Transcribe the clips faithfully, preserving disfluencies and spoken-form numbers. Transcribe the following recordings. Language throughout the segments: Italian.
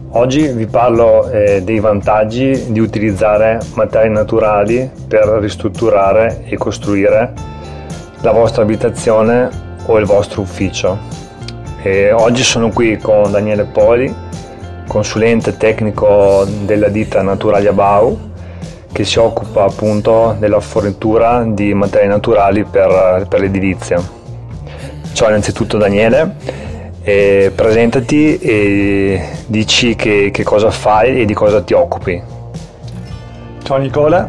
Oggi vi parlo eh, dei vantaggi di utilizzare materiali naturali per ristrutturare e costruire la vostra abitazione o il vostro ufficio. E oggi sono qui con Daniele Poli, consulente tecnico della ditta Naturalia Bau, che si occupa appunto della fornitura di materiali naturali per, per l'edilizia. Ciao innanzitutto Daniele. E presentati e dici che, che cosa fai e di cosa ti occupi. Ciao Nicola,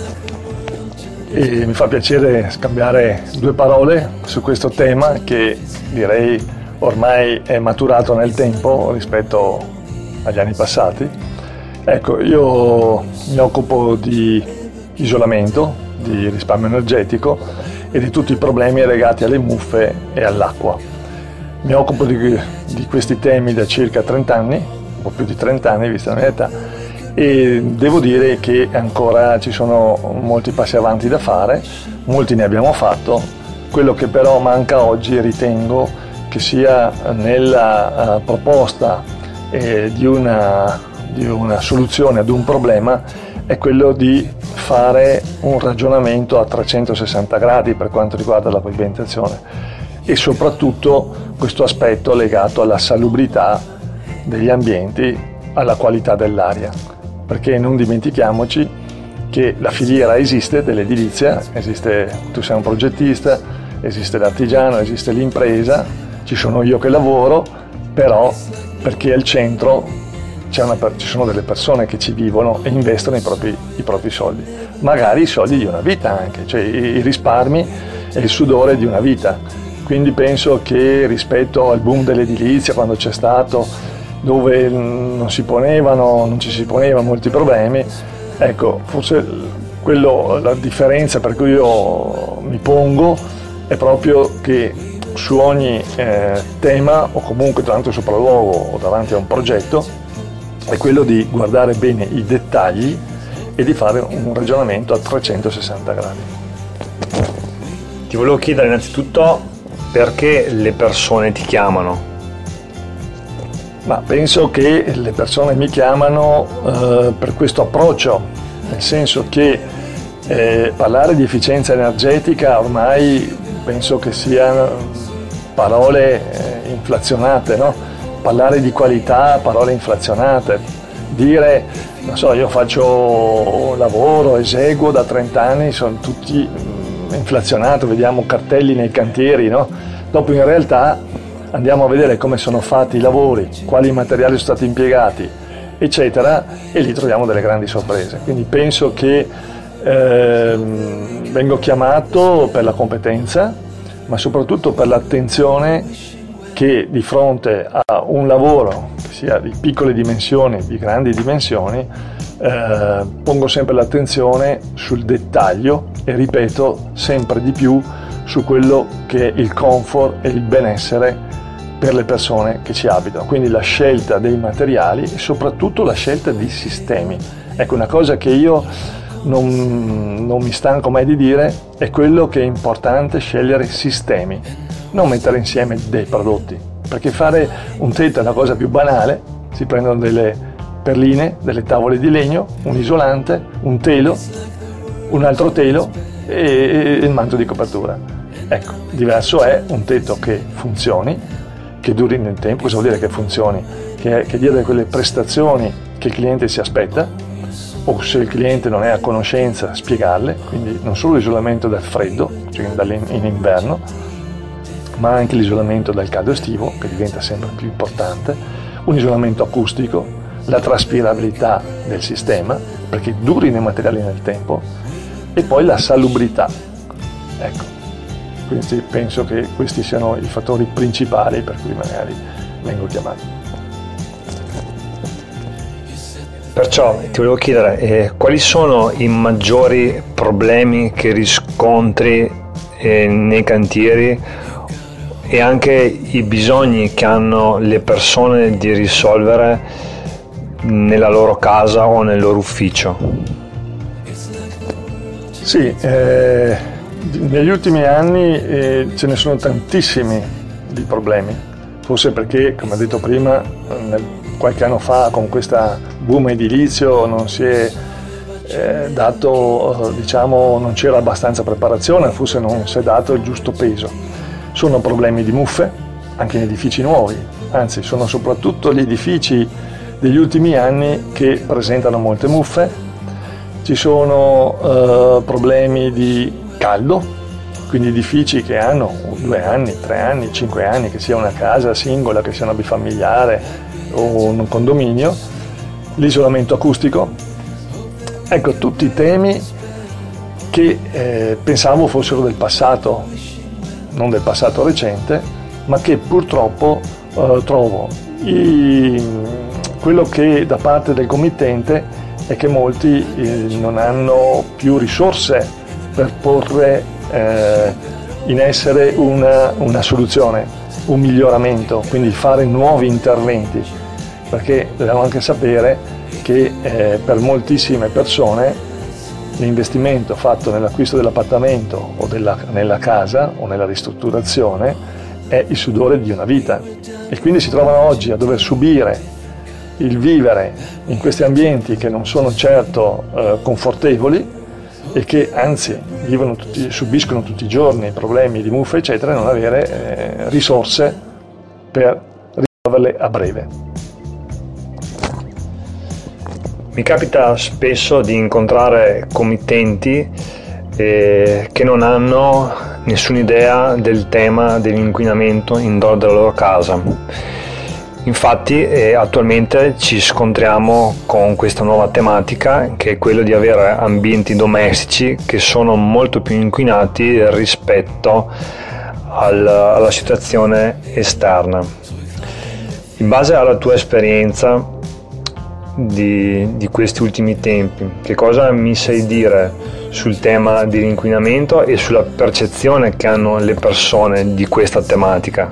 e mi fa piacere scambiare due parole su questo tema che direi ormai è maturato nel tempo rispetto agli anni passati. Ecco, io mi occupo di isolamento, di risparmio energetico e di tutti i problemi legati alle muffe e all'acqua. Mi occupo di, di questi temi da circa trenta anni, un po' più di trenta anni vista la mia età, e devo dire che ancora ci sono molti passi avanti da fare, molti ne abbiamo fatto. Quello che però manca oggi ritengo che sia nella uh, proposta eh, di, una, di una soluzione ad un problema è quello di fare un ragionamento a trecentosessanta gradi per quanto riguarda la pavimentazione e soprattutto questo aspetto legato alla salubrità degli ambienti, alla qualità dell'aria, perché non dimentichiamoci che la filiera esiste dell'edilizia, esiste, tu sei un progettista, esiste l'artigiano, esiste l'impresa, ci sono io che lavoro, però perché al centro c'è una, ci sono delle persone che ci vivono e investono i propri, i propri soldi, magari i soldi di una vita anche, cioè i, i risparmi e il sudore di una vita. Quindi penso che rispetto al boom dell'edilizia, quando c'è stato, dove non si ponevano, non ci si ponevano molti problemi, ecco, forse quello, la differenza per cui io mi pongo è proprio che su ogni eh, tema, o comunque davanti a un sopralluogo o davanti a un progetto, è quello di guardare bene i dettagli e di fare un ragionamento a trecentosessanta gradi. Ti volevo chiedere innanzitutto perché le persone ti chiamano? Ma penso che le persone mi chiamano eh, per questo approccio, nel senso che eh, parlare di efficienza energetica ormai penso che siano parole eh, inflazionate, no? Parlare di qualità, parole inflazionate. Dire, non so, io faccio un lavoro, eseguo da trenta anni, sono tutti inflazionato, vediamo cartelli nei cantieri, no? Dopo in realtà andiamo a vedere come sono fatti i lavori, quali materiali sono stati impiegati, eccetera, e lì troviamo delle grandi sorprese. Quindi penso che ehm, vengo chiamato per la competenza, ma soprattutto per l'attenzione che di fronte a un lavoro che sia di piccole dimensioni, di grandi dimensioni, Eh, pongo sempre l'attenzione sul dettaglio e ripeto sempre di più su quello che è il comfort e il benessere per le persone che ci abitano, quindi la scelta dei materiali e soprattutto la scelta di sistemi. Ecco, una cosa che io non, non mi stanco mai di dire è quello che è importante: scegliere sistemi, non mettere insieme dei prodotti, perché fare un tetto è una cosa più banale, si prendono delle perline, delle tavole di legno, un isolante, un telo, un altro telo e il manto di copertura. Ecco, diverso è un tetto che funzioni, che duri nel tempo. Cosa vuol dire che funzioni? Che, che dia quelle prestazioni che il cliente si aspetta, o se il cliente non è a conoscenza spiegarle, quindi non solo l'isolamento dal freddo, cioè in inverno, ma anche l'isolamento dal caldo estivo, che diventa sempre più importante, un isolamento acustico, la traspirabilità del sistema, perché durino i materiali nel tempo, e poi la salubrità. Ecco, quindi penso che questi siano i fattori principali per cui magari vengo chiamato. Perciò ti volevo chiedere eh, quali sono i maggiori problemi che riscontri eh, nei cantieri e anche i bisogni che hanno le persone di risolvere nella loro casa o nel loro ufficio. Sì, eh, negli ultimi anni eh, ce ne sono tantissimi di problemi, forse perché, come ho detto prima, nel, qualche anno fa con questa boom edilizio non si è eh, dato, diciamo, non c'era abbastanza preparazione, forse non si è dato il giusto peso. Sono problemi di muffe, anche in edifici nuovi, anzi sono soprattutto gli edifici degli ultimi anni che presentano molte muffe. Ci sono eh, problemi di caldo, quindi edifici che hanno due anni, tre anni, cinque anni, che sia una casa singola, che sia una bifamiliare o un condominio, l'isolamento acustico. Ecco, tutti temi che eh, pensavo fossero del passato, non del passato recente, ma che purtroppo eh, trovo. I, quello che da parte del committente è che molti eh, non hanno più risorse per porre eh, in essere una, una soluzione, un miglioramento, quindi fare nuovi interventi, perché dobbiamo anche sapere che eh, per moltissime persone l'investimento fatto nell'acquisto dell'appartamento o della, nella casa o nella ristrutturazione è il sudore di una vita, e quindi si trovano oggi a dover subire il vivere in questi ambienti che non sono certo eh, confortevoli e che anzi vivono tutti, subiscono tutti i giorni problemi di muffe eccetera, e non avere eh, risorse per risolverle a breve. Mi capita spesso di incontrare committenti eh, che non hanno nessuna idea del tema dell'inquinamento indoor della loro casa. Infatti eh, attualmente ci scontriamo con questa nuova tematica, che è quello di avere ambienti domestici che sono molto più inquinati rispetto al, alla situazione esterna. In base alla tua esperienza Di, di questi ultimi tempi, che cosa mi sai dire sul tema dell'inquinamento e sulla percezione che hanno le persone di questa tematica?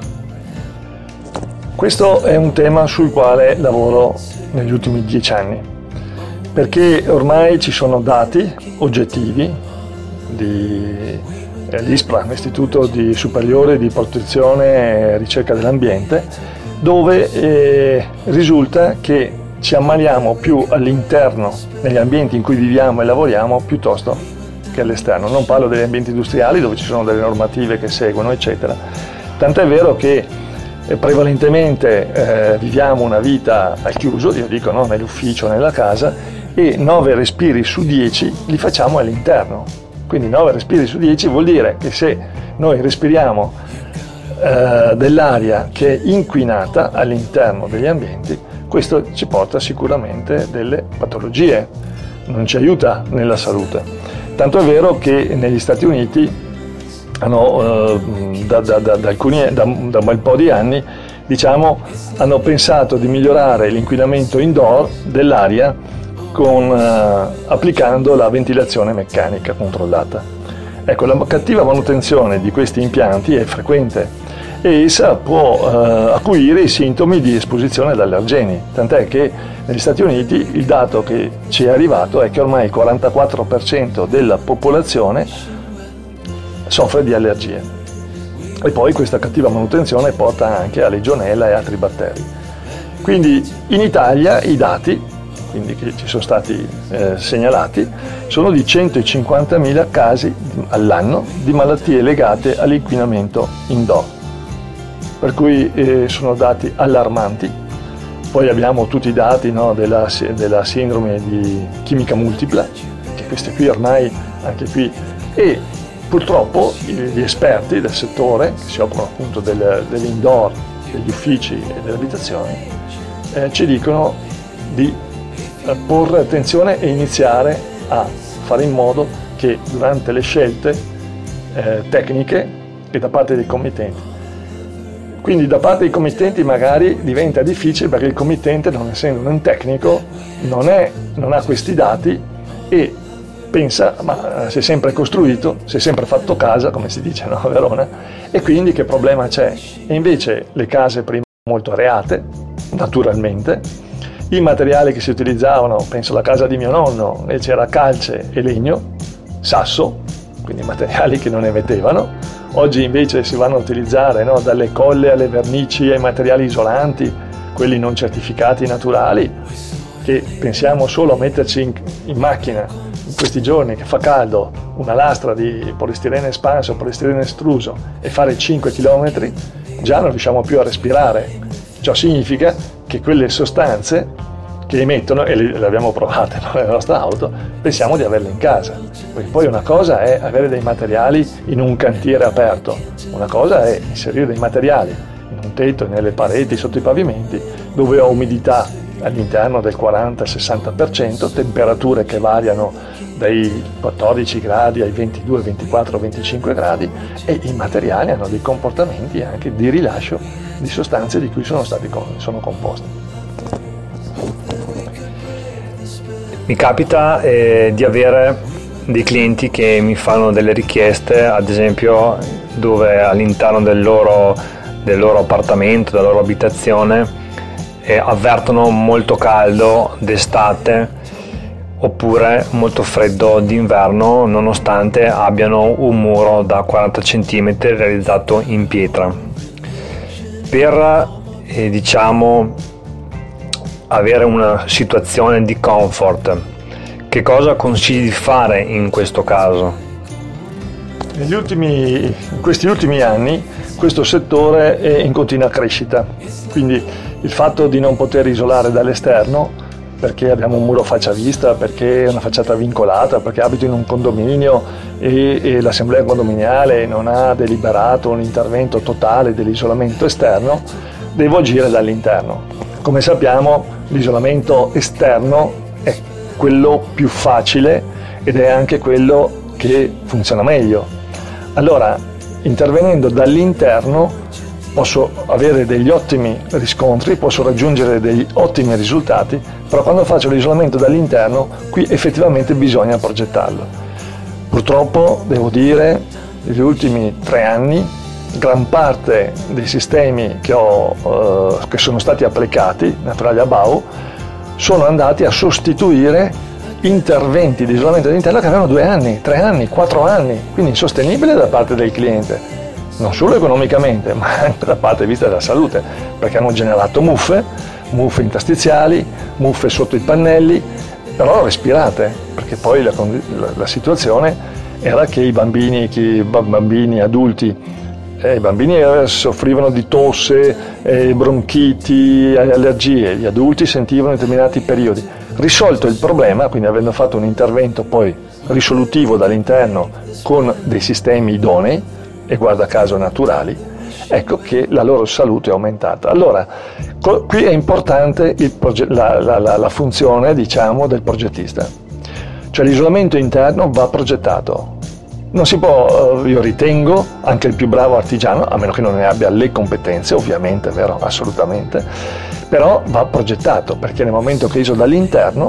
Questo è un tema sul quale lavoro negli ultimi dieci anni, perché ormai ci sono dati oggettivi di l'I S P R A, l'Istituto di Superiore di Protezione e Ricerca dell'Ambiente, dove eh, risulta che ci ammaliamo più all'interno, negli ambienti in cui viviamo e lavoriamo, piuttosto che all'esterno. Non parlo degli ambienti industriali dove ci sono delle normative che seguono, eccetera. Tant'è vero che eh, prevalentemente eh, viviamo una vita al chiuso, io dico no, nell'ufficio, nella casa, e nove respiri su dieci li facciamo all'interno. Quindi nove respiri su dieci vuol dire che se noi respiriamo eh, dell'aria che è inquinata all'interno degli ambienti, questo ci porta sicuramente delle patologie, non ci aiuta nella salute. Tanto è vero che negli Stati Uniti hanno, eh, da, da, da, da, alcuni, da, da un bel po' di anni, diciamo, hanno pensato di migliorare l'inquinamento indoor dell'aria con, eh, applicando la ventilazione meccanica controllata. Ecco, la cattiva manutenzione di questi impianti è frequente e essa può eh, acuire i sintomi di esposizione ad allergeni, tant'è che negli Stati Uniti il dato che ci è arrivato è che ormai il quarantaquattro per cento della popolazione soffre di allergie, e poi questa cattiva manutenzione porta anche a legionella e altri batteri. Quindi in Italia i dati, quindi che ci sono stati eh, segnalati, sono di centocinquantamila casi all'anno di malattie legate all'inquinamento indoor, per cui eh, sono dati allarmanti. Poi abbiamo tutti i dati, no, della, della sindrome di chimica multipla, che queste qui ormai, anche qui, e purtroppo gli esperti del settore, che si occupano appunto del, dell'indoor, degli uffici e delle abitazioni, eh, ci dicono di eh, porre attenzione e iniziare a fare in modo che durante le scelte eh, tecniche e da parte dei committenti, quindi da parte dei committenti magari diventa difficile, perché il committente, non essendo un tecnico, non, è, non ha questi dati e pensa, ma si è sempre costruito, si è sempre fatto casa, come si dice, no, a Verona, e quindi che problema c'è? E invece le case prima molto areate, naturalmente, i materiali che si utilizzavano, penso alla casa di mio nonno, e c'era calce e legno, sasso, quindi materiali che non emettevano, Oggi invece si vanno a utilizzare, no, dalle colle alle vernici ai materiali isolanti, quelli non certificati naturali, che pensiamo solo a metterci in, in macchina in questi giorni che fa caldo una lastra di polistirene espanso, polistirene estruso e fare cinque chilometri, già non riusciamo più a respirare. Ciò significa che quelle sostanze che emettono, e le, le abbiamo provate no, nella nostra auto, pensiamo di averle in casa. Perché poi una cosa è avere dei materiali in un cantiere aperto, una cosa è inserire dei materiali in un tetto, nelle pareti, sotto i pavimenti, dove ho umidità all'interno del quaranta sessanta per cento, temperature che variano dai quattordici gradi ai ventidue, ventiquattro, venticinque gradi, e i materiali hanno dei comportamenti anche di rilascio di sostanze di cui sono stati sono composti. Mi capita eh, di avere dei clienti che mi fanno delle richieste, ad esempio dove all'interno del loro, del loro appartamento, della loro abitazione, eh, avvertono molto caldo d'estate oppure molto freddo d'inverno, nonostante abbiano un muro da quaranta centimetri realizzato in pietra. Per eh, diciamo avere una situazione di comfort, che cosa consigli di fare in questo caso? Negli ultimi, in questi ultimi anni questo settore è in continua crescita, quindi il fatto di non poter isolare dall'esterno perché abbiamo un muro faccia vista, perché è una facciata vincolata, perché abito in un condominio e, e l'assemblea condominiale non ha deliberato un intervento totale dell'isolamento esterno, devo agire dall'interno. Come sappiamo, l'isolamento esterno è quello più facile ed è anche quello che funziona meglio. Allora, intervenendo dall'interno posso avere degli ottimi riscontri, posso raggiungere degli ottimi risultati, però quando faccio l'isolamento dall'interno, qui effettivamente bisogna progettarlo. Purtroppo, devo dire, negli ultimi tre anni, gran parte dei sistemi che, ho, eh, che sono stati applicati Naturalia Bau sono andati a sostituire interventi di isolamento dell'interno che avevano due anni, tre anni, quattro anni, quindi insostenibile da parte del cliente, non solo economicamente ma anche da parte di vista della salute, perché hanno generato muffe, muffe interstiziali, muffe sotto i pannelli, però respirate, perché poi la, la, la situazione era che i bambini, che i bambini adulti Eh, I bambini soffrivano di tosse, eh, bronchiti, allergie, gli adulti sentivano in determinati periodi. Risolto il problema, quindi avendo fatto un intervento poi risolutivo dall'interno con dei sistemi idonei, e guarda caso naturali, ecco che la loro salute è aumentata. Allora, co- qui è importante il proge- la, la, la, la funzione, diciamo, del progettista. Cioè l'isolamento interno va progettato. Non si può, io ritengo, anche il più bravo artigiano, a meno che non ne abbia le competenze, ovviamente, vero? Assolutamente, però va progettato, perché nel momento che isolo dall'interno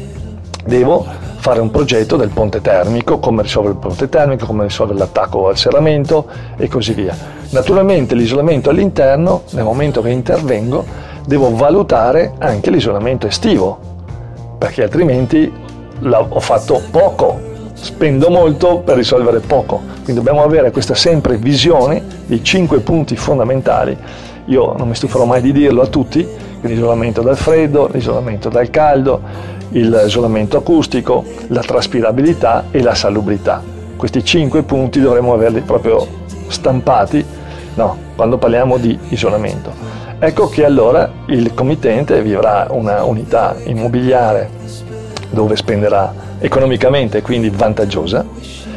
devo fare un progetto del ponte termico, come risolvere il ponte termico, come risolvere l'attacco al serramento e così via. Naturalmente l'isolamento all'interno, nel momento che intervengo, devo valutare anche l'isolamento estivo, perché altrimenti ho fatto poco. Spendo molto per risolvere poco, quindi dobbiamo avere questa sempre visione dei cinque punti fondamentali. Io non mi stuferò mai di dirlo a tutti: l'isolamento dal freddo, l'isolamento dal caldo, l'isolamento acustico, la traspirabilità e la salubrità. Questi cinque punti dovremmo averli proprio stampati, no, quando parliamo di isolamento. Ecco che allora il committente vi avrà una unità immobiliare dove spenderà economicamente, quindi vantaggiosa,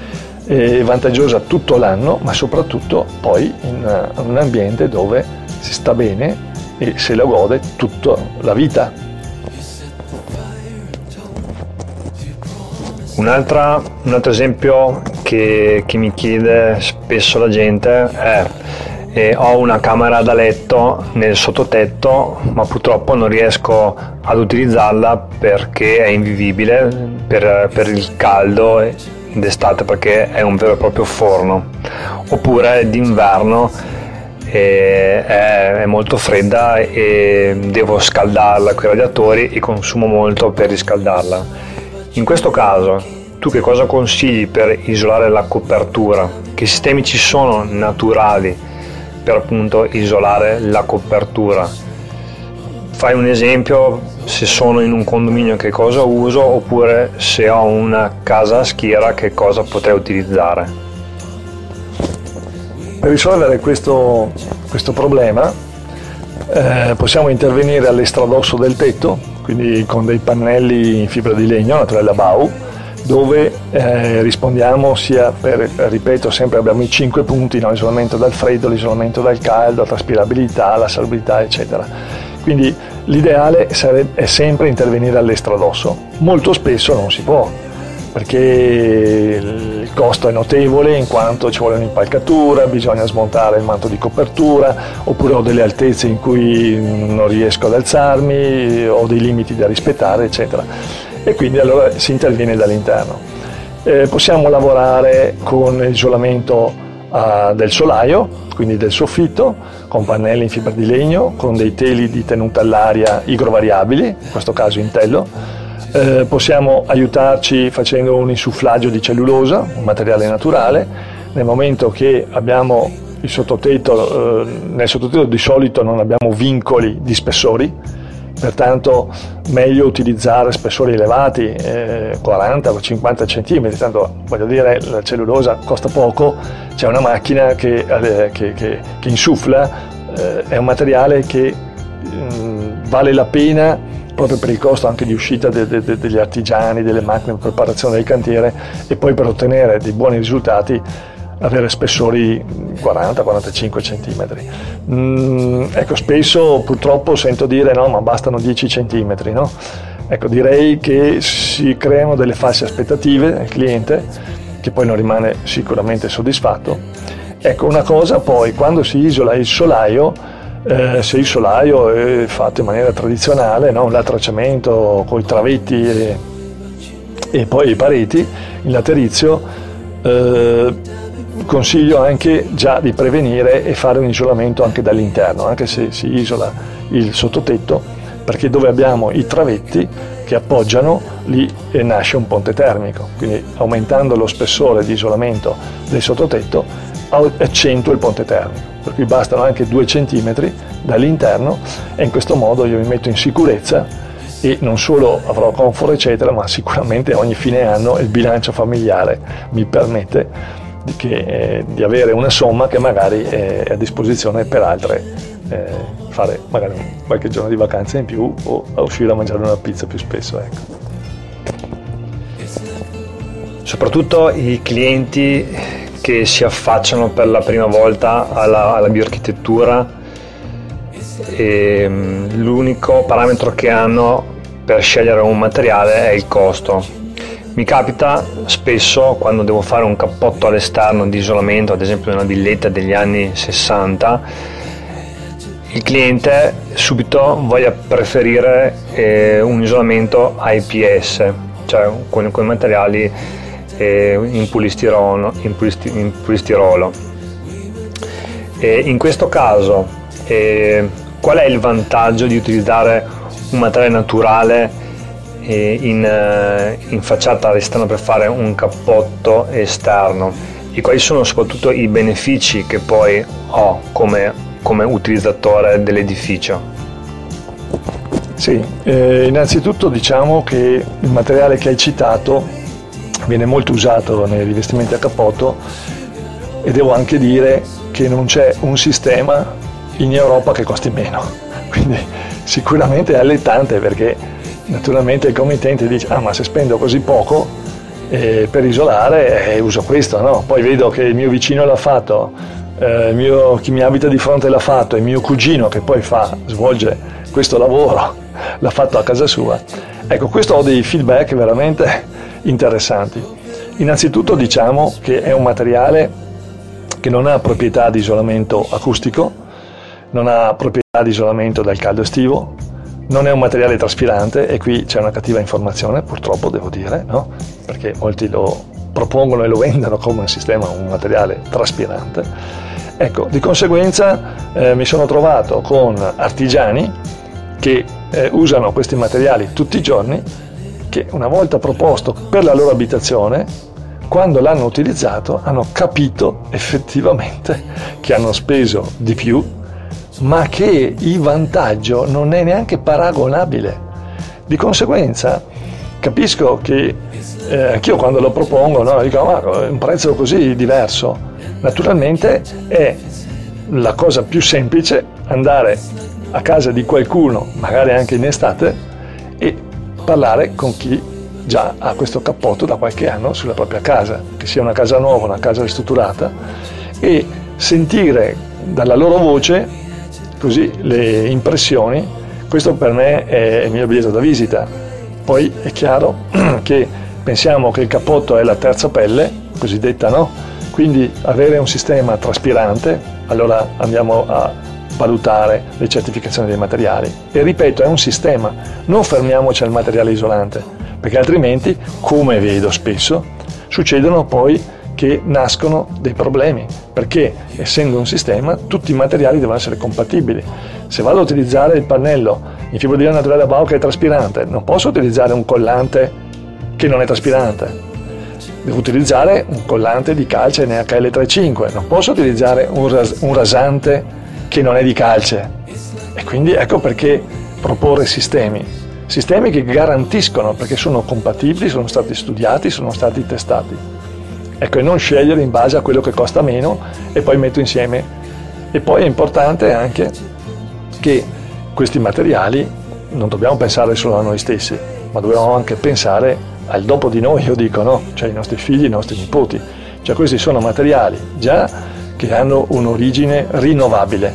e vantaggiosa tutto l'anno, ma soprattutto poi in un ambiente dove si sta bene e se la gode tutta la vita. Un'altra, un altro esempio che, che mi chiede spesso la gente è eh, ho una camera da letto nel sottotetto, ma purtroppo non riesco ad utilizzarla perché è invivibile per, per il caldo d'estate, perché è un vero e proprio forno, oppure d'inverno eh, è, è molto fredda e devo scaldarla con i radiatori e consumo molto per riscaldarla. In questo caso tu che cosa consigli per isolare la copertura? Che sistemi ci sono naturali per appunto isolare la copertura? Fai un esempio, se sono in un condominio che cosa uso, oppure se ho una casa a schiera che cosa potrei utilizzare? Per risolvere questo, questo problema eh, possiamo intervenire all'estradosso del tetto, quindi con dei pannelli in fibra di legno, naturale Bau, dove eh, rispondiamo sia per, ripeto, sempre abbiamo i cinque punti, no? L'isolamento dal freddo, l'isolamento dal caldo, la traspirabilità, la salubrità, eccetera. Quindi l'ideale sarebbe, è sempre intervenire all'estradosso. Molto spesso non si può, perché il costo è notevole, in quanto ci vuole un'impalcatura, bisogna smontare il manto di copertura, oppure ho delle altezze in cui non riesco ad alzarmi, ho dei limiti da rispettare, eccetera. E quindi allora si interviene dall'interno. Eh, possiamo lavorare con l'isolamento uh, del solaio, quindi del soffitto, con pannelli in fibra di legno, con dei teli di tenuta all'aria igrovariabili, in questo caso in tello. Eh, possiamo aiutarci facendo un insufflaggio di cellulosa, un materiale naturale. Nel momento che abbiamo il sottotetto, eh, nel sottotetto di solito non abbiamo vincoli di spessori, pertanto meglio utilizzare spessori elevati, eh, quaranta o cinquanta centimetri, tanto voglio dire la cellulosa costa poco, c'è una macchina che, eh, che, che, che insuffla, eh, è un materiale che mh, vale la pena proprio per il costo anche di uscita de, de, de, degli artigiani, delle macchine di preparazione del cantiere, e poi per ottenere dei buoni risultati avere spessori quaranta quarantacinque centimetri. Mm, ecco, spesso purtroppo sento dire no, ma bastano dieci centimetri, no? Ecco, direi che si creano delle false aspettative nel cliente, che poi non rimane sicuramente soddisfatto. Ecco, una cosa poi, quando si isola il solaio, eh, se il solaio è fatto in maniera tradizionale, no? Un latracciamento con i travetti e, e poi i pareti in laterizio, eh, consiglio anche già di prevenire e fare un isolamento anche dall'interno, anche se si isola il sottotetto, perché dove abbiamo i travetti che appoggiano lì nasce un ponte termico, quindi aumentando lo spessore di isolamento del sottotetto accentua il ponte termico, per cui bastano anche due centimetri dall'interno, e in questo modo io mi metto in sicurezza e non solo avrò comfort eccetera, ma sicuramente ogni fine anno il bilancio familiare mi permette di, che, eh, di avere una somma che magari è a disposizione per altre, eh, fare magari qualche giorno di vacanza in più o a uscire a mangiare una pizza più spesso, ecco. Soprattutto i clienti che si affacciano per la prima volta alla, alla bioarchitettura, e l'unico parametro che hanno per scegliere un materiale è il costo. Mi capita spesso, quando devo fare un cappotto all'esterno di isolamento, ad esempio una villetta degli anni sessanta, il cliente subito voglia preferire eh, un isolamento A I P S, cioè con, con materiali eh, in polistirolo. In polisti, in polistirolo. E in questo caso, eh, qual è il vantaggio di utilizzare un materiale naturale eh, in, eh, in facciata all'esterno per fare un cappotto esterno, e quali sono soprattutto i benefici che poi ho come, come utilizzatore dell'edificio? Sì, eh, innanzitutto diciamo che il materiale che hai citato viene molto usato nei rivestimenti a cappotto, e devo anche dire che non c'è un sistema in Europa che costi meno, quindi sicuramente è allettante, perché naturalmente il committente dice ah ma se spendo così poco eh, per isolare eh, uso questo, no? Poi vedo che il mio vicino l'ha fatto, eh, il mio, chi mi abita di fronte l'ha fatto, il mio cugino che poi fa, svolge questo lavoro l'ha fatto a casa sua. Ecco, questo ho dei feedback veramente interessanti. Innanzitutto diciamo che è un materiale che non ha proprietà di isolamento acustico, non ha proprietà di isolamento dal caldo estivo, non è un materiale traspirante, e qui c'è una cattiva informazione, purtroppo devo dire, no? Perché molti lo propongono e lo vendono come un sistema, un materiale traspirante. Ecco, di conseguenza eh, mi sono trovato con artigiani che eh, usano questi materiali tutti i giorni che una volta proposto per la loro abitazione, quando l'hanno utilizzato hanno capito effettivamente che hanno speso di più, ma che il vantaggio non è neanche paragonabile. Di conseguenza capisco che eh, anch'io quando lo propongo, no, dico ma un prezzo così diverso. Naturalmente è la cosa più semplice andare a casa di qualcuno, magari anche in estate, e parlare con chi già ha questo cappotto da qualche anno sulla propria casa, che sia una casa nuova, una casa ristrutturata, e sentire dalla loro voce così le impressioni. Questo per me è il mio biglietto da visita. Poi è chiaro che pensiamo che il cappotto è la terza pelle, cosiddetta, no? Quindi avere un sistema traspirante, allora andiamo a valutare le certificazioni dei materiali. E ripeto, è un sistema, non fermiamoci al materiale isolante, perché altrimenti, come vedo spesso, succedono poi che nascono dei problemi, perché essendo un sistema tutti i materiali devono essere compatibili. Se vado a utilizzare il pannello in fibra di lino naturale da Bauer che è traspirante, non posso utilizzare un collante che non è traspirante. Devo utilizzare un collante di calce N H L trentacinque, non posso utilizzare un, ras- un rasante che non è di calce. E quindi ecco perché proporre sistemi, sistemi che garantiscono, perché sono compatibili, sono stati studiati, sono stati testati. Ecco, e non scegliere in base a quello che costa meno e poi metto insieme. E poi è importante anche che questi materiali non dobbiamo pensare solo a noi stessi, ma dobbiamo anche pensare al dopo di noi, io dico, no? Cioè i nostri figli, i nostri nipoti. Cioè questi sono materiali già che hanno un'origine rinnovabile.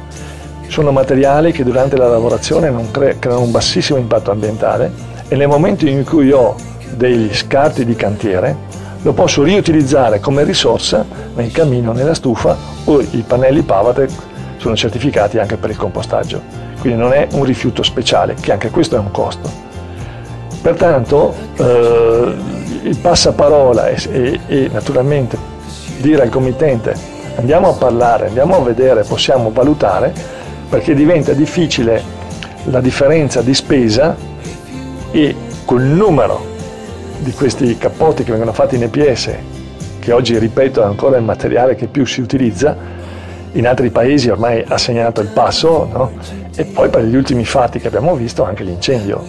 Sono materiali che durante la lavorazione non cre- creano un bassissimo impatto ambientale e nel momento in cui ho degli scarti di cantiere lo posso riutilizzare come risorsa nel camino, nella stufa, o i pannelli Pavatec sono certificati anche per il compostaggio. Quindi non è un rifiuto speciale, che anche questo è un costo. Pertanto eh, il passaparola e, e, e naturalmente dire al committente andiamo a parlare, andiamo a vedere, possiamo valutare, perché diventa difficile la differenza di spesa e col numero di questi cappotti che vengono fatti in E P S, che oggi, ripeto, è ancora il materiale che più si utilizza, in altri paesi ormai ha segnato il passo, no? E poi per gli ultimi fatti che abbiamo visto anche l'incendio.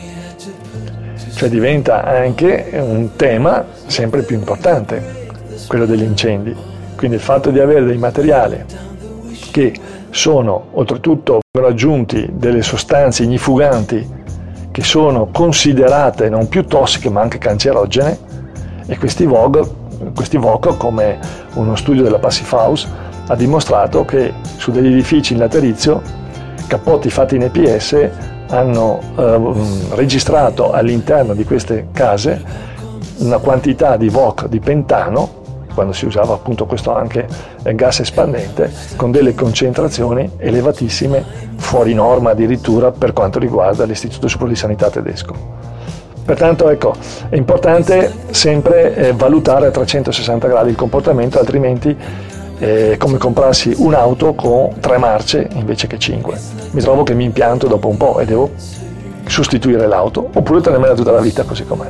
Cioè diventa anche un tema sempre più importante, quello degli incendi. Quindi il fatto di avere dei materiali che sono, oltretutto, vengono aggiunti delle sostanze ignifuganti che sono considerate non più tossiche ma anche cancerogene, e questi V O C, questi V O C, come uno studio della Passive House ha dimostrato che su degli edifici in laterizio cappotti fatti in E P S hanno eh, registrato all'interno di queste case una quantità di V O C di pentano, quando si usava appunto questo anche eh, gas espandente, con delle concentrazioni elevatissime, fuori norma addirittura per quanto riguarda l'Istituto Superiore di Sanità tedesco. Pertanto ecco, è importante sempre eh, valutare a trecentosessanta gradi il comportamento, altrimenti è come comprarsi un'auto con tre marce invece che cinque. Mi trovo che mi impianto dopo un po' e devo sostituire l'auto, oppure tenermela tutta la vita così com'è.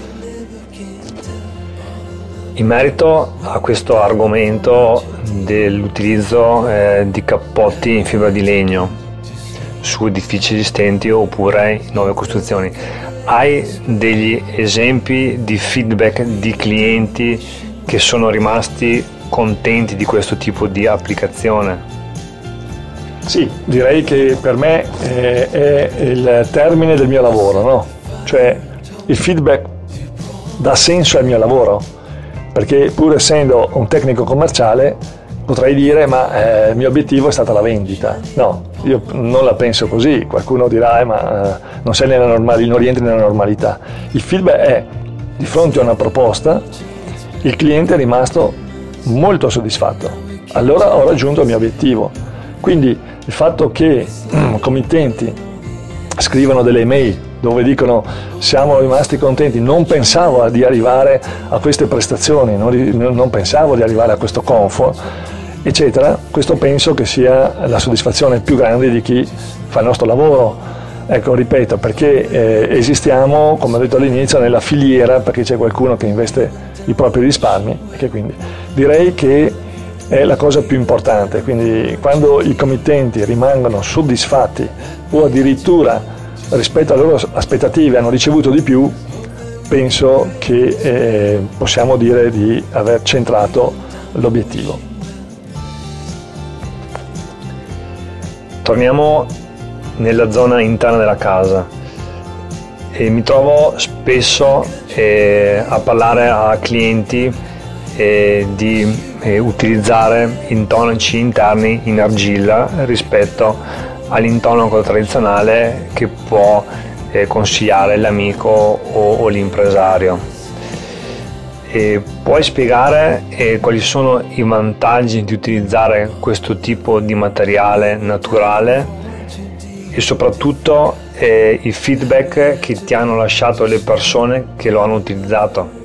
In merito a questo argomento dell'utilizzo eh, di cappotti in fibra di legno su edifici esistenti oppure in nuove costruzioni, hai degli esempi di feedback di clienti che sono rimasti contenti di questo tipo di applicazione? Sì, direi che per me è, è il termine del mio lavoro, no? Cioè il feedback dà senso al mio lavoro, perché pur essendo un tecnico commerciale potrei dire ma eh, il mio obiettivo è stata la vendita. No, io non la penso così. Qualcuno dirà eh, ma eh, non sei nella normali, non rientri nella normalità. Il feedback è di fronte a una proposta, il cliente è rimasto molto soddisfatto, allora ho raggiunto il mio obiettivo. Quindi il fatto che mm, committenti scrivano delle email dove dicono siamo rimasti contenti, non pensavo di arrivare a queste prestazioni, non, non pensavo di arrivare a questo comfort, eccetera, questo penso che sia la soddisfazione più grande di chi fa il nostro lavoro. Ecco, ripeto, perché eh, esistiamo, come ho detto all'inizio, nella filiera, perché c'è qualcuno che investe i propri risparmi, e che quindi direi che è la cosa più importante. Quindi quando i committenti rimangono soddisfatti o addirittura rispetto alle loro aspettative hanno ricevuto di più, penso che eh, possiamo dire di aver centrato l'obiettivo. Torniamo nella zona interna della casa e mi trovo spesso eh, a parlare a clienti eh, di eh, utilizzare intonaci interni in argilla rispetto all'intonaco tradizionale che può eh, consigliare l'amico o, o l'impresario. E puoi spiegare eh, quali sono i vantaggi di utilizzare questo tipo di materiale naturale e soprattutto eh, i feedback che ti hanno lasciato le persone che lo hanno utilizzato?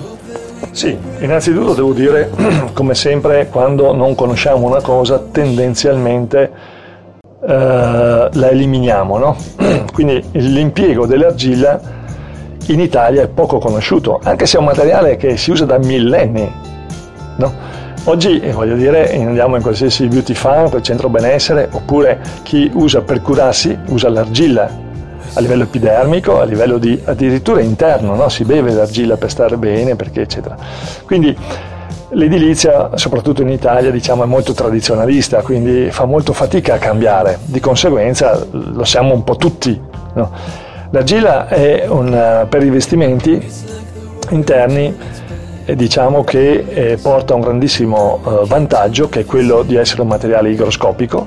Sì, innanzitutto devo dire, come sempre, quando non conosciamo una cosa tendenzialmente eh, la eliminiamo, no? Quindi l'impiego dell'argilla in Italia è poco conosciuto, anche se è un materiale che si usa da millenni, no? Oggi, voglio dire, andiamo in qualsiasi beauty farm, quel centro benessere, oppure chi usa per curarsi usa l'argilla a livello epidermico, a livello di addirittura interno, no? Si beve l'argilla per stare bene, perché eccetera. Quindi l'edilizia, soprattutto in Italia, diciamo, è molto tradizionalista, quindi fa molto fatica a cambiare, di conseguenza lo siamo un po' tutti, no? L'argilla è un, per i vestimenti interni, eh, diciamo che eh, porta un grandissimo eh, vantaggio, che è quello di essere un materiale igroscopico.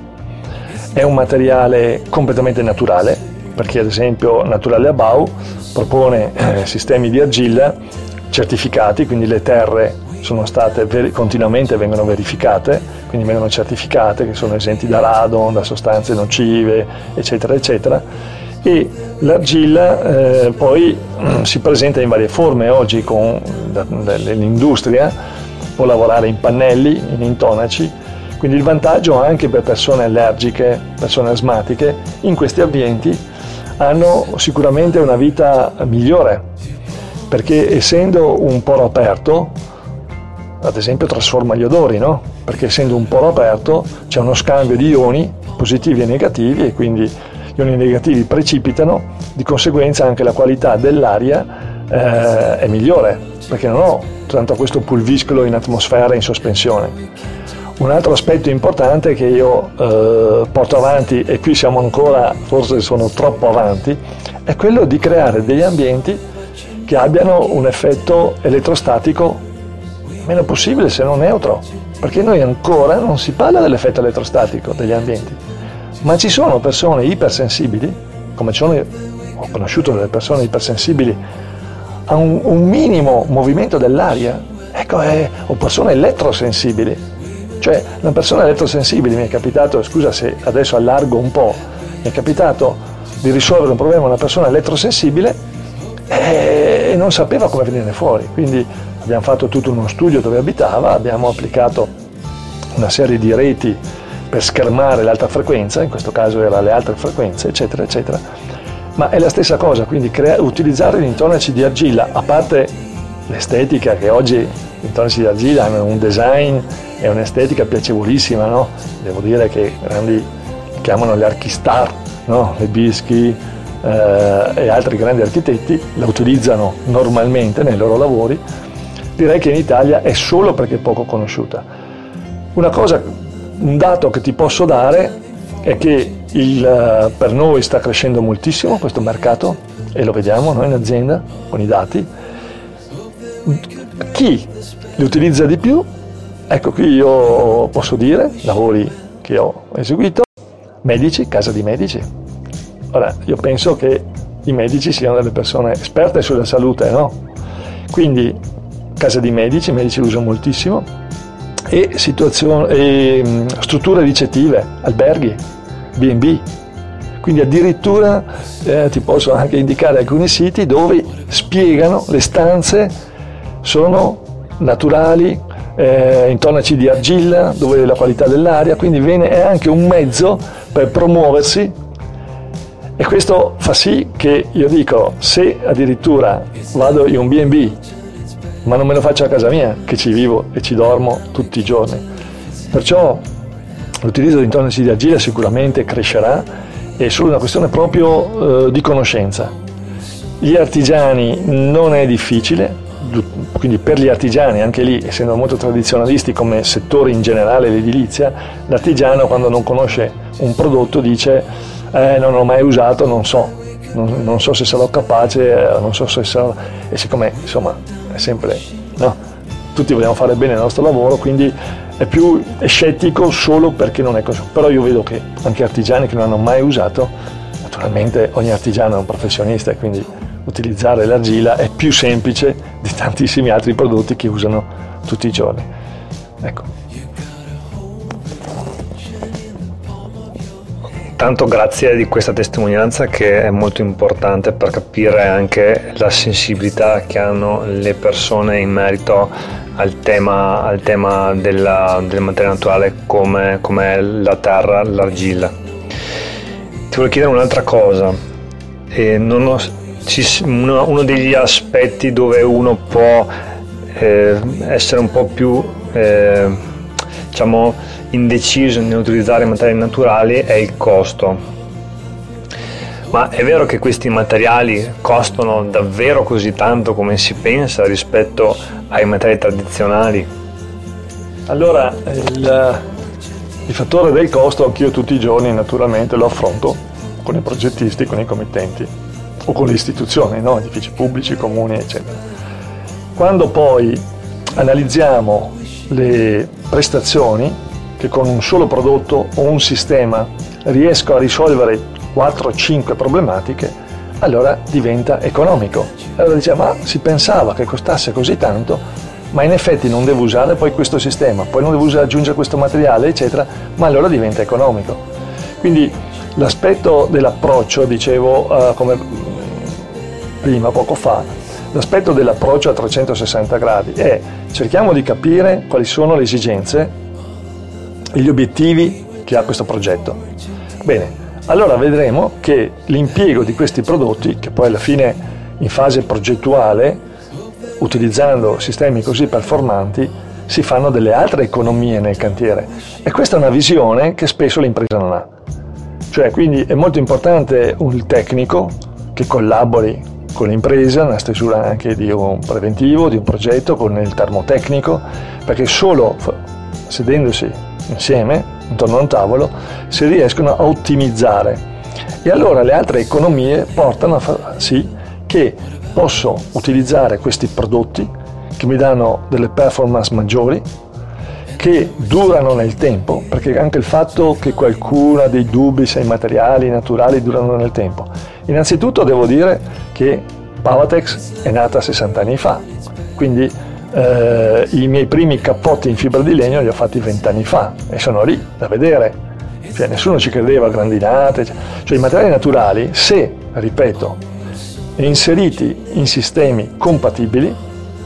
È un materiale completamente naturale, perché ad esempio Naturale Abau propone eh, sistemi di argilla certificati, quindi le terre sono state ver- continuamente vengono verificate, quindi vengono certificate che sono esenti da radon, da sostanze nocive, eccetera eccetera. E l'argilla eh, poi si presenta in varie forme oggi con da, da, l'industria, può lavorare in pannelli, in intonaci, quindi il vantaggio anche per persone allergiche, persone asmatiche, in questi ambienti hanno sicuramente una vita migliore, perché essendo un poro aperto, ad esempio trasforma gli odori, no? Perché essendo un poro aperto c'è uno scambio di ioni positivi e negativi, e quindi gli ioni negativi precipitano, di conseguenza anche la qualità dell'aria eh, è migliore, perché non ho tanto questo pulviscolo in atmosfera in sospensione. Un altro aspetto importante che io eh, porto avanti, e qui siamo ancora, forse sono troppo avanti, è quello di creare degli ambienti che abbiano un effetto elettrostatico meno possibile, se non neutro, perché noi ancora non si parla dell'effetto elettrostatico degli ambienti, ma ci sono persone ipersensibili, come ci sono, ho conosciuto delle persone ipersensibili a un, un minimo movimento dell'aria, ecco, è, o persone elettrosensibili. Cioè, una persona elettrosensibile, mi è capitato, scusa se adesso allargo un po', mi è capitato di risolvere un problema a una persona elettrosensibile e non sapeva come venirne fuori. Quindi abbiamo fatto tutto uno studio dove abitava, abbiamo applicato una serie di reti per schermare l'alta frequenza, in questo caso erano le altre frequenze, eccetera, eccetera. Ma è la stessa cosa, quindi crea- utilizzare gli intonaci di argilla, a parte l'estetica, che oggi gli intonaci di argilla hanno un design e un'estetica piacevolissima, no? Devo dire che grandi, chiamano le archistar, no? Le Bischi eh, e altri grandi architetti la utilizzano normalmente nei loro lavori. Direi che in Italia è solo perché è poco conosciuta. Una cosa, un dato che ti posso dare è che il, per noi sta crescendo moltissimo questo mercato, e lo vediamo noi in azienda con i dati. Chi li utilizza di più? Ecco, qui io posso dire, lavori che ho eseguito, medici, casa di medici. Ora, io penso che i medici siano delle persone esperte sulla salute, no? Quindi, casa di medici, i medici lo usano moltissimo, e, situazioni, e strutture ricettive, alberghi, B and B. Quindi addirittura eh, ti posso anche indicare alcuni siti dove spiegano le stanze sono naturali, eh, intonaci di argilla, dove è la qualità dell'aria, quindi viene, è anche un mezzo per promuoversi E questo fa sì che io dico, se addirittura vado in un B and B, ma non me lo faccio a casa mia, che ci vivo e ci dormo tutti i giorni. Perciò l'utilizzo di intonici di argilla sicuramente crescerà, è solo una questione proprio eh, di conoscenza. Gli artigiani non è difficile, quindi per gli artigiani, anche lì, essendo molto tradizionalisti come settore in generale l'edilizia, l'artigiano quando non conosce un prodotto dice eh, non l'ho mai usato, non so, non, non so se sarò capace, eh, non so se sarò... E siccome insomma è sempre, no, tutti vogliamo fare bene il nostro lavoro, quindi è più è scettico solo perché non è così. Però io vedo che anche artigiani che non hanno mai usato, naturalmente ogni artigiano è un professionista e quindi utilizzare l'argilla è più semplice di tantissimi altri prodotti che usano tutti i giorni. Ecco. Tanto grazie di questa testimonianza, che è molto importante per capire anche la sensibilità che hanno le persone in merito al tema, al tema della, del materiale naturale come, come la terra, l'argilla. Ti volevo chiedere un'altra cosa. E non ho, ci, uno, uno degli aspetti dove uno può eh, essere un po' più eh, diciamo indeciso nell'utilizzare materiali naturali è il costo. Ma è vero che questi materiali costano davvero così tanto come si pensa rispetto ai materiali tradizionali? Allora, il, il fattore del costo anch'io tutti i giorni naturalmente lo affronto con i progettisti, con i committenti o con le istituzioni, no? Edifici pubblici, comuni, eccetera. Quando poi analizziamo le prestazioni, che con un solo prodotto o un sistema riesco a risolvere quattro cinque problematiche, allora diventa economico. Allora diciamo, ma si pensava che costasse così tanto, ma in effetti non devo usare poi questo sistema, poi non devo usare, aggiungere questo materiale, eccetera, ma allora diventa economico. Quindi l'aspetto dell'approccio, dicevo uh, come prima, poco fa, l'aspetto dell'approccio a trecentosessanta gradi è cerchiamo di capire quali sono le esigenze e gli obiettivi che ha questo progetto. Bene, allora vedremo che l'impiego di questi prodotti, che poi alla fine in fase progettuale, utilizzando sistemi così performanti, si fanno delle altre economie nel cantiere. E questa è una visione che spesso l'impresa non ha. Cioè, quindi è molto importante un tecnico che collabori con l'impresa nella stesura anche di un preventivo, di un progetto, con il termotecnico, perché solo sedendosi insieme intorno a un tavolo si riescono a ottimizzare, e allora le altre economie portano a far sì che posso utilizzare questi prodotti che mi danno delle performance maggiori, che durano nel tempo, perché anche il fatto che qualcuno ha dei dubbi se i materiali naturali durano nel tempo. Innanzitutto devo dire che Pavatex è nata sessanta anni fa, quindi eh, i miei primi cappotti in fibra di legno li ho fatti vent'anni fa e sono lì da vedere, cioè nessuno ci credeva, grandinate, cioè i materiali naturali, se, ripeto, inseriti in sistemi compatibili,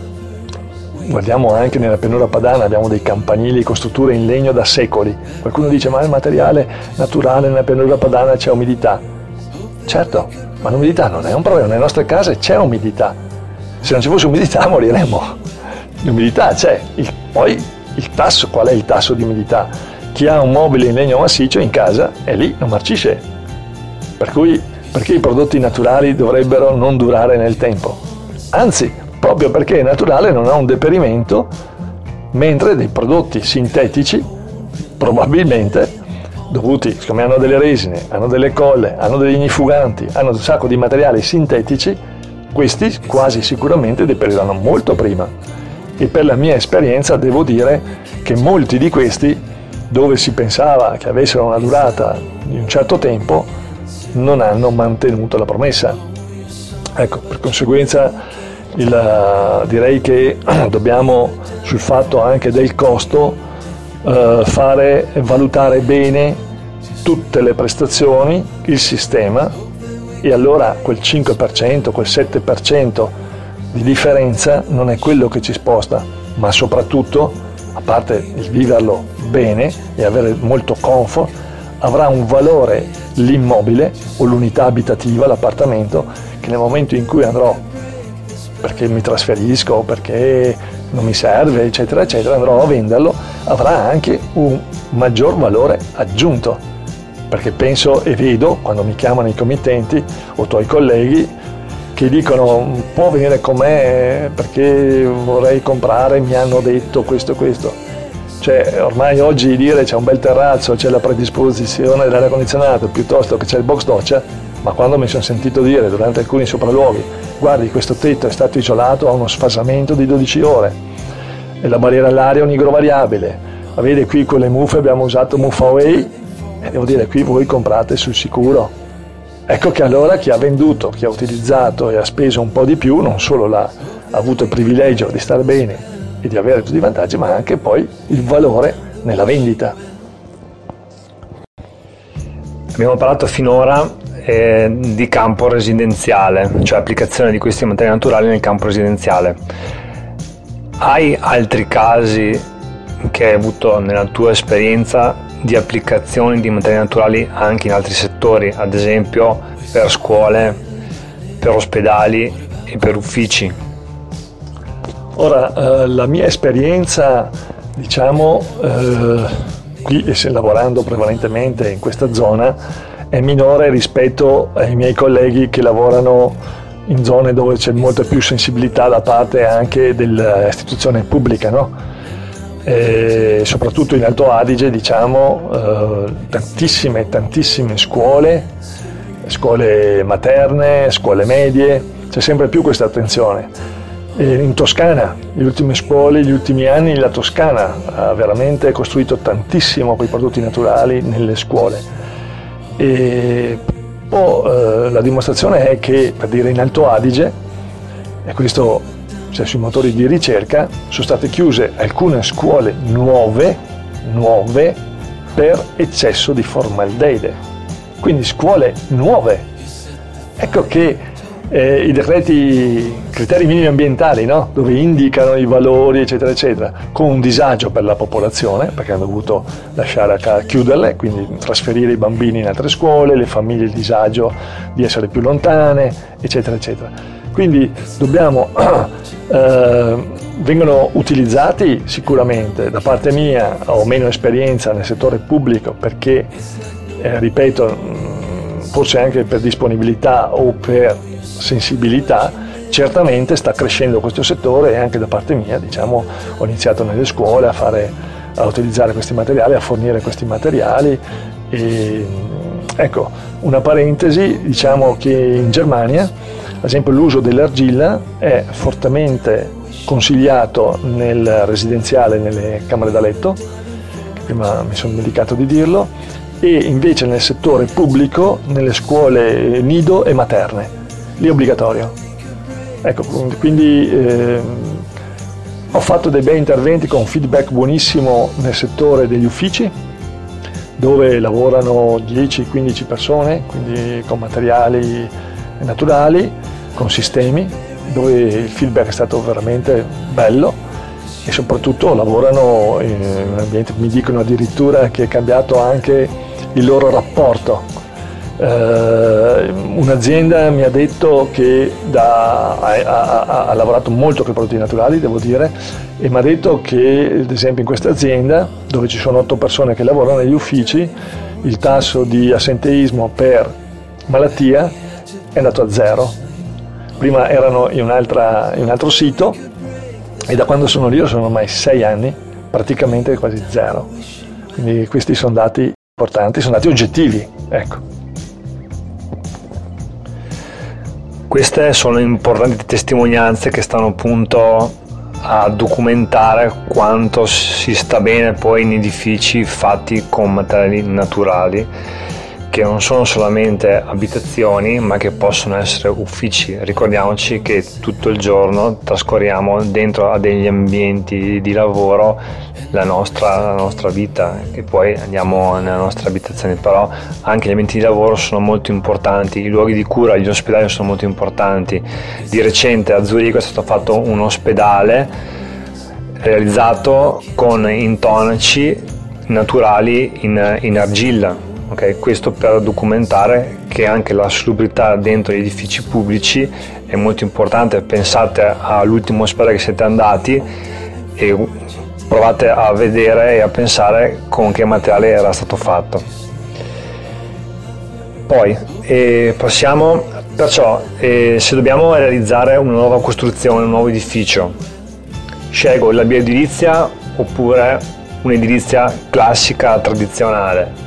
guardiamo anche nella pianura padana, abbiamo dei campanili con strutture in legno da secoli. Qualcuno dice ma il materiale naturale nella pianura padana c'è umidità. Certo, ma l'umidità non è un problema, nelle nostre case c'è umidità, se non ci fosse umidità moriremmo. L'umidità c'è, il, poi il tasso, qual è il tasso di umidità? Chi ha un mobile in legno massiccio in casa è lì, non marcisce, per cui perché i prodotti naturali dovrebbero non durare nel tempo? Anzi, proprio perché è naturale non ha un deperimento, mentre dei prodotti sintetici probabilmente dovuti, siccome hanno delle resine, hanno delle colle, hanno degli ignifuganti, hanno un sacco di materiali sintetici, questi quasi sicuramente deperiranno molto prima. E per la mia esperienza devo dire che molti di questi, dove si pensava che avessero una durata di un certo tempo, non hanno mantenuto la promessa. Ecco, per conseguenza il, direi che dobbiamo, sul fatto anche del costo, eh, fare valutare bene tutte le prestazioni, il sistema, e allora quel cinque per cento, quel sette per cento di differenza non è quello che ci sposta, ma soprattutto, a parte il viverlo bene e avere molto comfort, avrà un valore l'immobile o l'unità abitativa, l'appartamento, che nel momento in cui andrò, perché mi trasferisco o perché non mi serve, eccetera, eccetera, andrò a venderlo, avrà anche un maggior valore aggiunto. Perché penso e vedo, quando mi chiamano i committenti o tuoi colleghi, che dicono può venire con me perché vorrei comprare, mi hanno detto questo e questo. Cioè ormai oggi dire c'è un bel terrazzo, c'è la predisposizione dell'aria condizionata piuttosto che c'è il box doccia, ma quando mi sono sentito dire durante alcuni sopralluoghi guardi questo tetto è stato isolato, ha uno sfasamento di dodici ore e la barriera all'aria è un igrovariabile, ma vede qui con le muffe abbiamo usato Muffa Away e devo dire qui voi comprate sul sicuro. Ecco che allora chi ha venduto, chi ha utilizzato e ha speso un po' di più, non solo l'ha, ha avuto il privilegio di stare bene e di avere tutti i vantaggi, ma anche poi il valore nella vendita. Abbiamo parlato finora eh, di campo residenziale, cioè applicazione di questi materiali naturali nel campo residenziale. Hai altri casi che hai avuto nella tua esperienza di applicazioni di materiali naturali anche in altri settori, ad esempio per scuole, per ospedali e per uffici? Ora, eh, la mia esperienza, diciamo, eh, qui e se lavorando prevalentemente in questa zona, è minore rispetto ai miei colleghi che lavorano in zone dove c'è molta più sensibilità da parte anche dell'istituzione pubblica, no? E soprattutto in Alto Adige, diciamo, eh, tantissime, tantissime scuole, scuole materne, scuole medie, c'è sempre più questa attenzione. E in Toscana, le ultime scuole, gli ultimi anni, la Toscana ha veramente costruito tantissimo quei prodotti naturali nelle scuole. E poi eh, la dimostrazione è che, per dire in Alto Adige, e questo cioè sui motori di ricerca, sono state chiuse alcune scuole nuove, nuove per eccesso di formaldeide. Quindi scuole nuove. Ecco che eh, i decreti, criteri minimi ambientali, no? Dove indicano i valori, eccetera, eccetera, con un disagio per la popolazione, perché hanno dovuto lasciare a casa, chiuderle, quindi trasferire i bambini in altre scuole, le famiglie il disagio di essere più lontane, eccetera, eccetera. Quindi dobbiamo... Uh, vengono utilizzati sicuramente. Da parte mia ho meno esperienza nel settore pubblico perché, eh, ripeto, forse anche per disponibilità o per sensibilità, certamente sta crescendo questo settore e anche da parte mia, diciamo, ho iniziato nelle scuole a, fare, a utilizzare questi materiali, a fornire questi materiali. E, ecco, una parentesi, diciamo che in Germania ad esempio l'uso dell'argilla è fortemente consigliato nel residenziale, nelle camere da letto, che prima mi sono dimenticato di dirlo, e invece nel settore pubblico, nelle scuole nido e materne, lì è obbligatorio. Ecco, quindi eh, ho fatto dei bei interventi con feedback buonissimo nel settore degli uffici, dove lavorano dieci quindici persone, quindi con materiali naturali, con sistemi, dove il feedback è stato veramente bello e soprattutto lavorano in un ambiente, mi dicono addirittura che è cambiato anche il loro rapporto. Eh, un'azienda mi ha detto che da, ha, ha, ha lavorato molto con i prodotti naturali, devo dire, e mi ha detto che ad esempio in questa azienda, dove ci sono otto persone che lavorano negli uffici, il tasso di assenteismo per malattia è andato a zero. Prima erano in, un'altra, in un altro sito e da quando sono lì sono ormai sei anni, praticamente quasi zero. Quindi questi sono dati importanti, sono dati oggettivi, ecco. Queste sono importanti testimonianze che stanno appunto a documentare quanto si sta bene poi in edifici fatti con materiali naturali, che non sono solamente abitazioni ma che possono essere uffici. Ricordiamoci che tutto il giorno trascorriamo dentro a degli ambienti di lavoro la nostra, la nostra vita e poi andiamo nelle nostre abitazioni, però anche gli ambienti di lavoro sono molto importanti, i luoghi di cura, gli ospedali sono molto importanti. Di recente a Zurigo è stato fatto un ospedale realizzato con intonaci naturali in, in argilla, Okay? Questo per documentare che anche la salubrità dentro gli edifici pubblici è molto importante. Pensate all'ultimo ospedale che siete andati e provate a vedere e a pensare con che materiale era stato fatto. Poi eh, passiamo, perciò eh, se dobbiamo realizzare una nuova costruzione, un nuovo edificio, scelgo la bioedilizia oppure un'edilizia classica, tradizionale?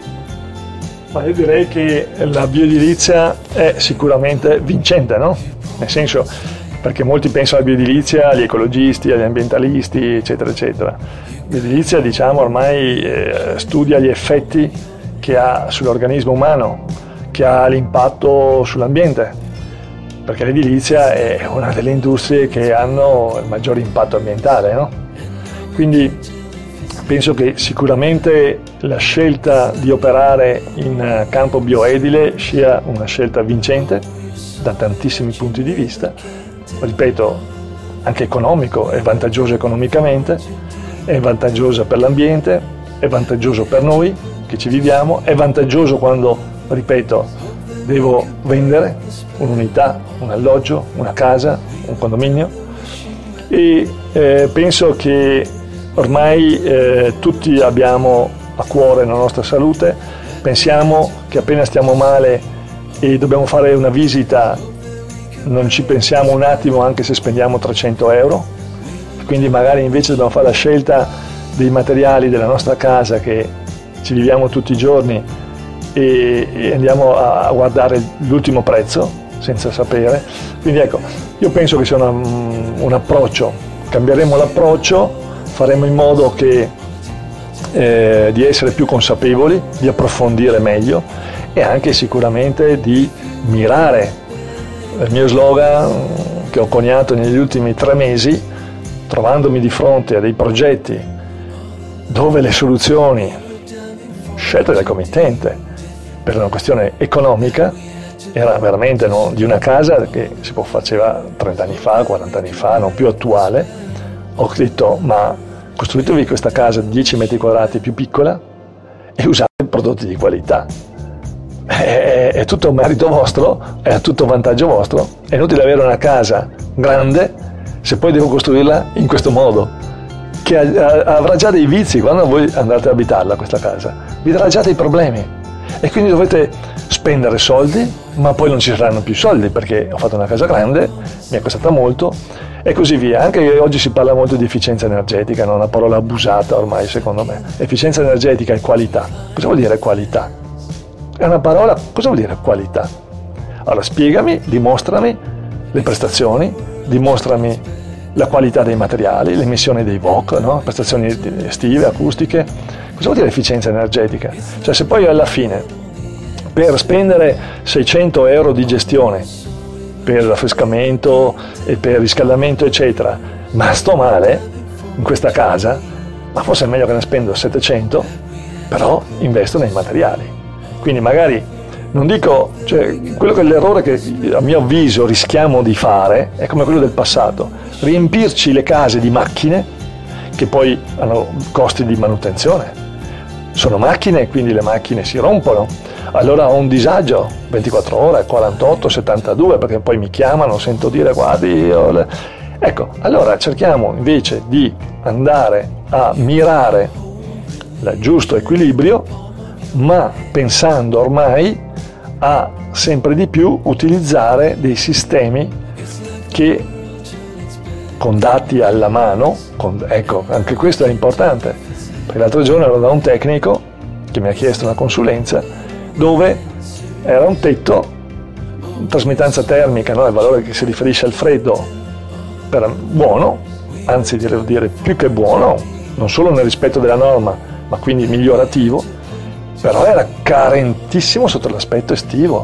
Ma io direi che la bioedilizia è sicuramente vincente, no? Nel senso, perché molti pensano alla bioedilizia, agli ecologisti, agli ambientalisti, eccetera, eccetera. La bioedilizia, diciamo, ormai eh, studia gli effetti che ha sull'organismo umano, che ha l'impatto sull'ambiente, perché l'edilizia è una delle industrie che hanno il maggiore impatto ambientale, no? Quindi penso che sicuramente la scelta di operare in campo bioedile sia una scelta vincente da tantissimi punti di vista, ripeto, anche economico, è vantaggioso economicamente, è vantaggiosa per l'ambiente, è vantaggioso per noi che ci viviamo, è vantaggioso quando, ripeto, devo vendere un'unità, un alloggio, una casa, un condominio, e eh, penso che ormai eh, tutti abbiamo a cuore la nostra salute, pensiamo che appena stiamo male e dobbiamo fare una visita non ci pensiamo un attimo anche se spendiamo trecento euro, quindi magari invece dobbiamo fare la scelta dei materiali della nostra casa che ci viviamo tutti i giorni e, e andiamo a guardare l'ultimo prezzo senza sapere. Quindi ecco, io penso che sia una, un approccio, cambieremo l'approccio, faremo in modo che, eh, di essere più consapevoli, di approfondire meglio e anche sicuramente di mirare. Il mio slogan che ho coniato negli ultimi tre mesi, trovandomi di fronte a dei progetti dove le soluzioni scelte dal committente per una questione economica era veramente no, di una casa che si faceva trenta anni fa, quaranta anni fa, non più attuale, ho detto ma costruitevi questa casa di dieci metri quadrati più piccola e usate prodotti di qualità. È, è tutto merito vostro, è tutto vantaggio vostro, è inutile avere una casa grande se poi devo costruirla in questo modo, che avrà già dei vizi quando voi andate ad abitarla questa casa, vi darà già dei problemi e quindi dovete spendere soldi, ma poi non ci saranno più soldi perché ho fatto una casa grande, mi è costata molto e così via. Anche oggi si parla molto di efficienza energetica, non è una parola abusata ormai secondo me. Efficienza energetica e qualità. Cosa vuol dire qualità? È una parola, cosa vuol dire qualità? Allora spiegami, dimostrami le prestazioni, dimostrami la qualità dei materiali, l'emissione dei V O C, no? Prestazioni estive, acustiche. Cosa vuol dire efficienza energetica? Cioè se poi alla fine per spendere seicento euro di gestione per l'affrescamento e per il riscaldamento eccetera, ma sto male in questa casa, ma forse è meglio che ne spendo settecento, però investo nei materiali. Quindi magari non dico, cioè quello che è l'errore che a mio avviso rischiamo di fare è come quello del passato, riempirci le case di macchine che poi hanno costi di manutenzione. Sono macchine e quindi le macchine si rompono, allora ho un disagio ventiquattro ore, quarantotto, settantadue, perché poi mi chiamano, sento dire guardi io le... ecco, allora cerchiamo invece di andare a mirare il giusto equilibrio, ma pensando ormai a sempre di più utilizzare dei sistemi che con dati alla mano, con, ecco, anche questo è importante, perché l'altro giorno ero da un tecnico che mi ha chiesto una consulenza dove era un tetto, trasmittanza termica, no? Il valore che si riferisce al freddo, per, buono, anzi devo dire più che buono, non solo nel rispetto della norma, ma quindi migliorativo, però era carentissimo sotto l'aspetto estivo.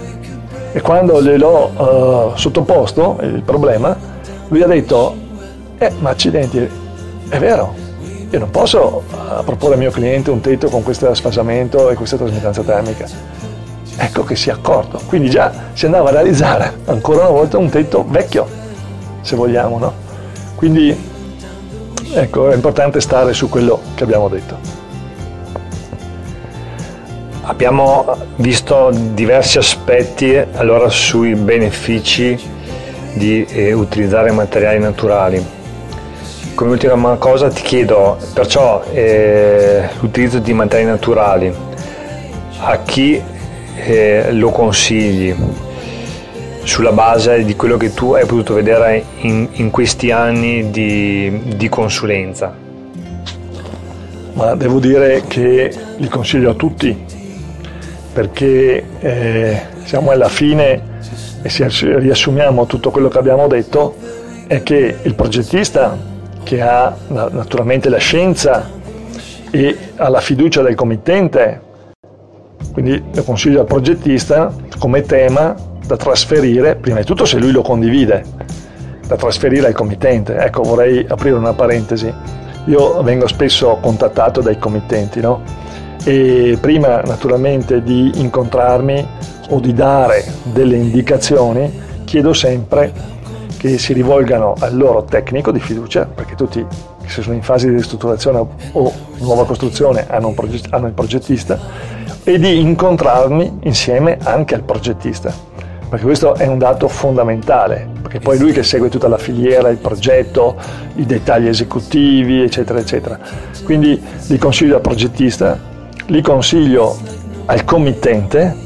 E quando gliel'ho uh, sottoposto il problema, lui ha detto eh ma accidenti, è vero, io non posso uh, proporre al mio cliente un tetto con questo sfasamento e questa trasmittanza termica. Ecco che si è accorto, quindi già si andava a realizzare ancora una volta un tetto vecchio, se vogliamo, no? Quindi ecco, è importante stare su quello che abbiamo detto. Abbiamo visto diversi aspetti allora sui benefici di eh, utilizzare materiali naturali. Come ultima cosa ti chiedo perciò eh, l'utilizzo di materiali naturali, a chi eh, lo consigli sulla base di quello che tu hai potuto vedere in, in questi anni di, di consulenza? Ma devo dire che li consiglio a tutti, perché eh, siamo alla fine e se riassumiamo tutto quello che abbiamo detto è che il progettista, che ha naturalmente la scienza e ha la fiducia del committente, quindi lo consiglio al progettista come tema da trasferire, prima di tutto se lui lo condivide, da trasferire al committente. Ecco, vorrei aprire una parentesi. Io vengo spesso contattato dai committenti, no? E prima naturalmente di incontrarmi o di dare delle indicazioni, chiedo sempre che si rivolgano al loro tecnico di fiducia, perché tutti, se sono in fase di ristrutturazione o nuova costruzione, hanno, un proget- hanno il progettista, e di incontrarmi insieme anche al progettista, perché questo è un dato fondamentale, perché poi lui che segue tutta la filiera, il progetto, i dettagli esecutivi, eccetera, eccetera. Quindi li consiglio al progettista, li consiglio al committente.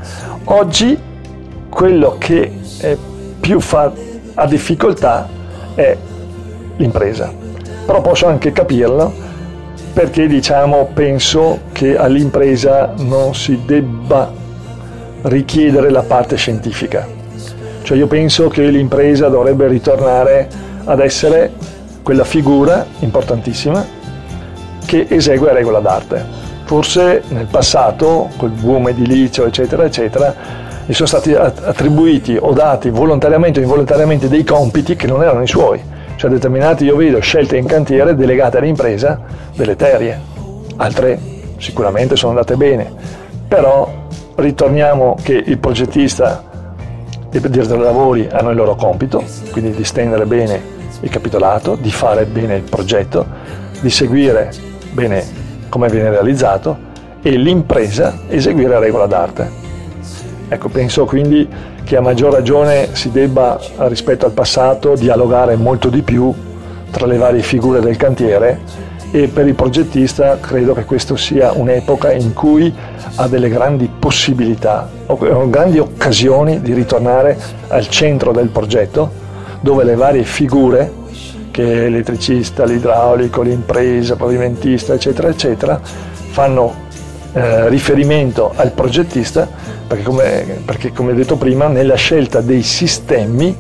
Oggi quello che è più fa, ha difficoltà è l'impresa, però posso anche capirlo, perché diciamo penso che all'impresa non si debba richiedere la parte scientifica, cioè io penso che l'impresa dovrebbe ritornare ad essere quella figura importantissima che esegue a regola d'arte. Forse nel passato, col boom edilizio eccetera eccetera, gli sono stati attribuiti o dati volontariamente o involontariamente dei compiti che non erano i suoi, cioè determinati, io vedo, scelte in cantiere delegate all'impresa deleterie, altre sicuramente sono andate bene, però ritorniamo che il progettista e il direttore dei lavori hanno il loro compito, quindi di stendere bene il capitolato, di fare bene il progetto, di seguire bene come viene realizzato, e l'impresa eseguire a regola d'arte. Ecco, penso quindi che a maggior ragione si debba, rispetto al passato, dialogare molto di più tra le varie figure del cantiere, e per il progettista credo che questa sia un'epoca in cui ha delle grandi possibilità, o grandi occasioni di ritornare al centro del progetto, dove le varie figure, che è l'elettricista, l'idraulico, l'impresa, il pavimentista, eccetera, eccetera, fanno eh, riferimento al progettista, perché come, perché come detto prima, nella scelta dei sistemi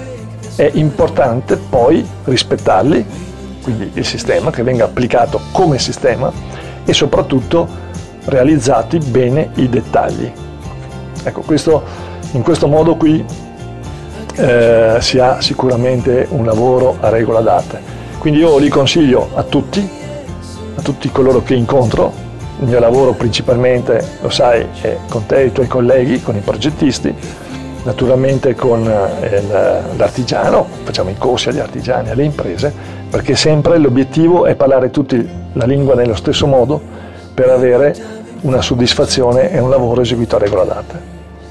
è importante poi rispettarli, quindi il sistema che venga applicato come sistema, e soprattutto realizzati bene i dettagli. Ecco, questo, in questo modo qui eh, si ha sicuramente un lavoro a regola d'arte. Quindi io li consiglio a tutti, a tutti coloro che incontro. Il mio lavoro principalmente, lo sai, è con te e i tuoi colleghi, con i progettisti, naturalmente con eh, l'artigiano, facciamo i corsi agli artigiani, alle imprese, perché sempre l'obiettivo è parlare tutti la lingua nello stesso modo per avere una soddisfazione e un lavoro eseguito a regola d'arte.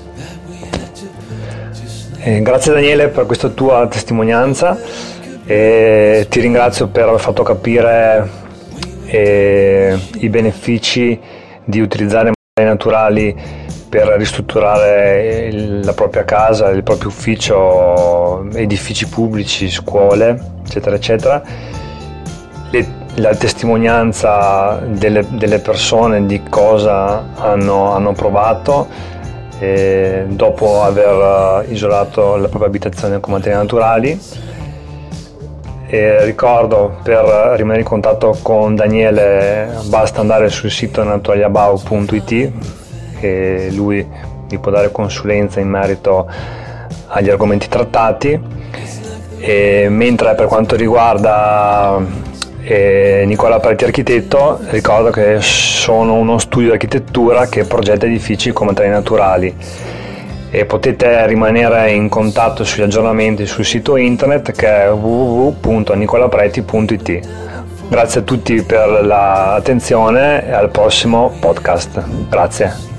Eh, grazie Daniele per questa tua testimonianza, e ti ringrazio per aver fatto capire eh, i benefici di utilizzare materiali naturali per ristrutturare il, la propria casa, il proprio ufficio, edifici pubblici, scuole, eccetera, eccetera. Le, la testimonianza delle, delle persone di cosa hanno, hanno provato eh, dopo aver isolato la propria abitazione con materiali naturali. E ricordo, per rimanere in contatto con Daniele basta andare sul sito naturaliabau punto it, e lui vi può dare consulenza in merito agli argomenti trattati. E mentre per quanto riguarda eh, Nicola Preti Architetto, ricordo che sono uno studio di architettura che progetta edifici con materiali naturali, e potete rimanere in contatto sugli aggiornamenti sul sito internet, che è w w w punto nicolapreti punto it. Grazie a tutti per l'attenzione e al prossimo podcast. Grazie.